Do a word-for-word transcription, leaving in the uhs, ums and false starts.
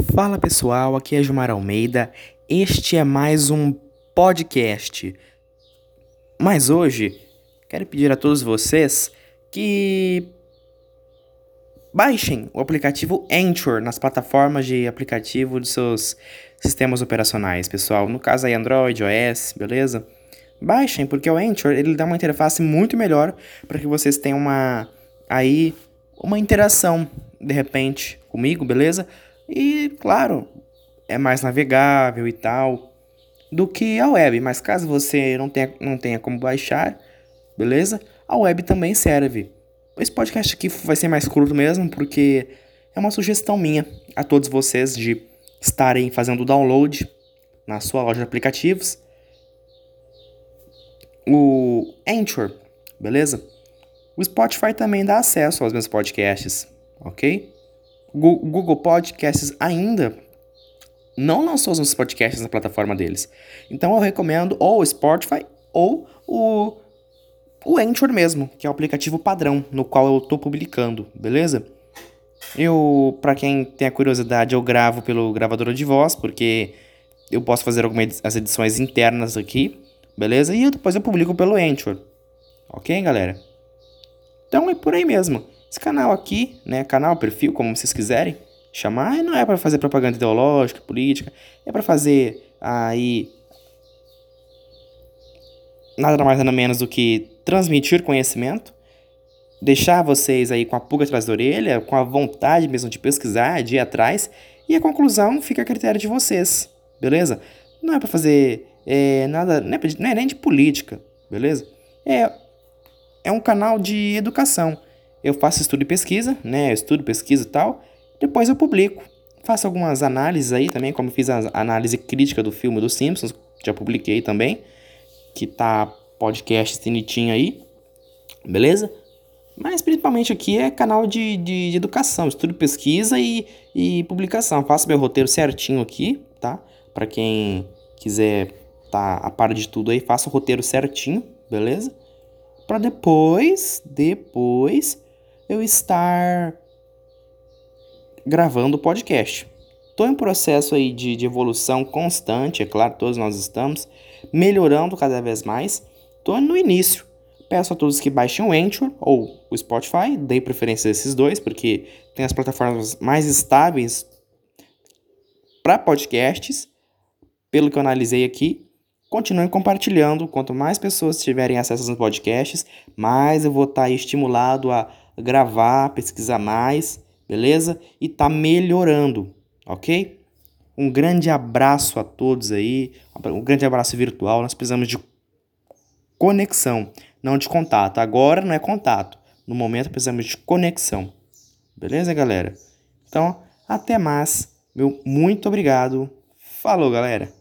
Fala pessoal, aqui é Gilmar Almeida, este é mais um podcast. Mas hoje quero pedir a todos vocês que baixem o aplicativo Anchor nas plataformas de aplicativo dos seus sistemas operacionais, pessoal. No caso aí Android, iOS, beleza? Baixem, porque o Anchor ele dá uma interface muito melhor para que vocês tenham uma aí uma interação de repente comigo, beleza? E claro, é mais navegável e tal do que a web, mas caso você não tenha, não tenha como baixar, beleza? A web também serve. Esse podcast aqui vai ser mais curto mesmo, porque é uma sugestão minha a todos vocês de estarem fazendo o download na sua loja de aplicativos. O Anchor, beleza? O Spotify também dá acesso aos meus podcasts, ok? O Google Podcasts ainda não lançou os meus podcasts na plataforma deles. Então eu recomendo ou o Spotify ou o, o Anchor mesmo, que é o aplicativo padrão no qual eu estou publicando, beleza? Eu, para quem tem a curiosidade, eu gravo pelo gravador de voz, porque eu posso fazer algumas as edições internas aqui, beleza? E depois eu publico pelo Anchor, ok, galera? Então é por aí mesmo. Esse canal aqui, né, canal, perfil, como vocês quiserem chamar, não é para fazer propaganda ideológica, política, é para fazer aí nada mais nada menos do que transmitir conhecimento, deixar vocês aí com a pulga atrás da orelha, com a vontade mesmo de pesquisar, de ir atrás, e a conclusão fica a critério de vocês, beleza? Não é para fazer é, nada, não é, pra, não é nem de política, beleza? É, é um canal de educação. Eu faço estudo e pesquisa, né? Eu estudo, pesquisa e tal. Depois eu publico. Faço algumas análises aí também, como fiz a análise crítica do filme dos Simpsons, já publiquei também, que tá podcast bonitinho aí, beleza? Mas principalmente aqui é canal de, de, de educação, estudo, pesquisa e, e publicação. Faço meu roteiro certinho aqui, tá? Para quem quiser tá a par de tudo aí, faço o roteiro certinho, beleza? Para depois, depois eu estar gravando o podcast. Estou em processo aí de, de evolução constante, é claro, todos nós estamos melhorando cada vez mais. Estou no início. Peço a todos que baixem o Anchor ou o Spotify, dei preferência a esses dois, porque tem as plataformas mais estáveis para podcasts, pelo que eu analisei aqui. Continuem compartilhando, quanto mais pessoas tiverem acesso aos podcasts, mais eu vou estar estimulado a gravar, pesquisar mais, beleza? E tá melhorando, ok? Um grande abraço a todos aí, um grande abraço virtual. Nós precisamos de conexão, não de contato. Agora não é contato, no momento precisamos de conexão, beleza, galera? Então, até mais, meu muito obrigado, falou, galera!